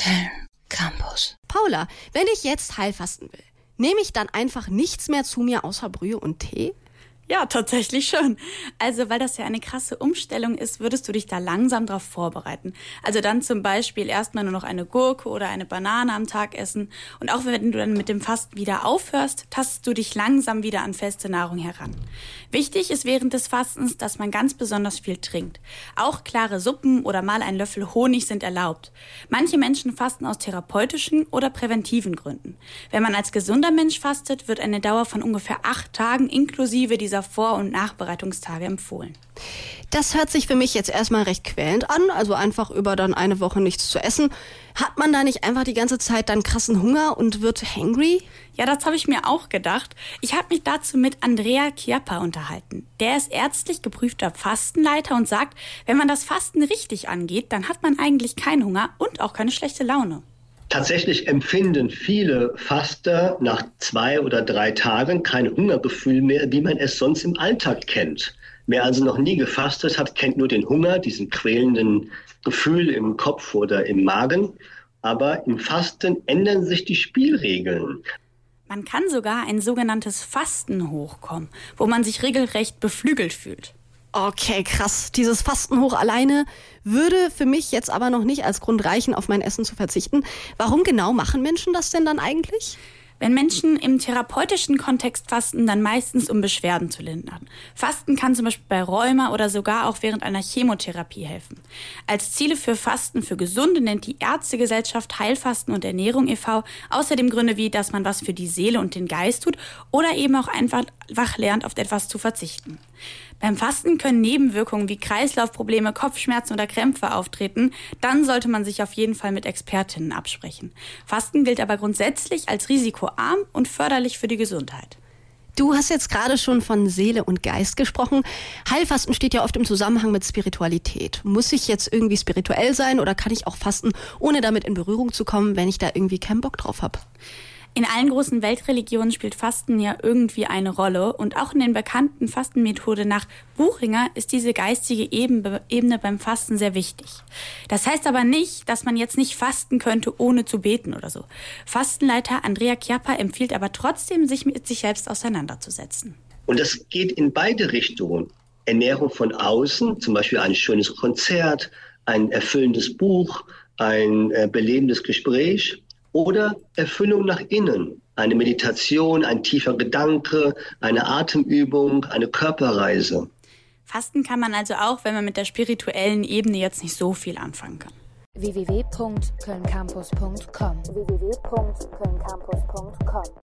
Campus. Paula, wenn ich jetzt Heilfasten will, nehme ich dann einfach nichts mehr zu mir außer Brühe und Tee? Ja, tatsächlich schon. Also, weil das ja eine krasse Umstellung ist, würdest du dich da langsam drauf vorbereiten. Also dann zum Beispiel erstmal nur noch eine Gurke oder eine Banane am Tag essen. Und auch wenn du dann mit dem Fasten wieder aufhörst, tastest du dich langsam wieder an feste Nahrung heran. Wichtig ist während des Fastens, dass man ganz besonders viel trinkt. Auch klare Suppen oder mal ein Löffel Honig sind erlaubt. Manche Menschen fasten aus therapeutischen oder präventiven Gründen. Wenn man als gesunder Mensch fastet, wird eine Dauer von ungefähr 8 Tagen inklusive dieser Vor- und Nachbereitungstage empfohlen. Das hört sich für mich jetzt erstmal recht quälend an, also einfach über dann eine Woche nichts zu essen. Hat man da nicht einfach die ganze Zeit dann krassen Hunger und wird hangry? Ja, das habe ich mir auch gedacht. Ich habe mich dazu mit Andrea Chiappa unterhalten. Der ist ärztlich geprüfter Fastenleiter und sagt, wenn man das Fasten richtig angeht, dann hat man eigentlich keinen Hunger und auch keine schlechte Laune. Tatsächlich empfinden viele Faster nach 2 oder 3 Tagen kein Hungergefühl mehr, wie man es sonst im Alltag kennt. Wer also noch nie gefastet hat, kennt nur den Hunger, diesen quälenden Gefühl im Kopf oder im Magen. Aber im Fasten ändern sich die Spielregeln. Man kann sogar ein sogenanntes Fastenhoch kommen, wo man sich regelrecht beflügelt fühlt. Okay, krass. Dieses Fastenhoch alleine würde für mich jetzt aber noch nicht als Grund reichen, auf mein Essen zu verzichten. Warum genau machen Menschen das denn dann eigentlich? Wenn Menschen im therapeutischen Kontext fasten, dann meistens um Beschwerden zu lindern. Fasten kann zum Beispiel bei Rheuma oder sogar auch während einer Chemotherapie helfen. Als Ziele für Fasten für Gesunde nennt die Ärztegesellschaft Heilfasten und Ernährung e.V. außerdem Gründe wie, dass man was für die Seele und den Geist tut oder eben auch einfach lernt, auf etwas zu verzichten. Beim Fasten können Nebenwirkungen wie Kreislaufprobleme, Kopfschmerzen oder Krämpfe auftreten. Dann sollte man sich auf jeden Fall mit Expertinnen absprechen. Fasten gilt aber grundsätzlich als risikoarm und förderlich für die Gesundheit. Du hast jetzt gerade schon von Seele und Geist gesprochen. Heilfasten steht ja oft im Zusammenhang mit Spiritualität. Muss ich jetzt irgendwie spirituell sein oder kann ich auch fasten, ohne damit in Berührung zu kommen, wenn ich da irgendwie keinen Bock drauf habe? In allen großen Weltreligionen spielt Fasten ja irgendwie eine Rolle und auch in den bekannten Fastenmethode nach Buchinger ist diese geistige Ebene beim Fasten sehr wichtig. Das heißt aber nicht, dass man jetzt nicht fasten könnte, ohne zu beten oder so. Fastenleiter Andrea Chiappa empfiehlt aber trotzdem, sich mit sich selbst auseinanderzusetzen. Und das geht in beide Richtungen. Ernährung von außen, zum Beispiel ein schönes Konzert, ein erfüllendes Buch, ein belebendes Gespräch. Oder Erfüllung nach innen, eine Meditation, ein tiefer Gedanke, eine Atemübung, eine Körperreise. Fasten kann man also auch, wenn man mit der spirituellen Ebene jetzt nicht so viel anfangen kann. www.kölncampus.com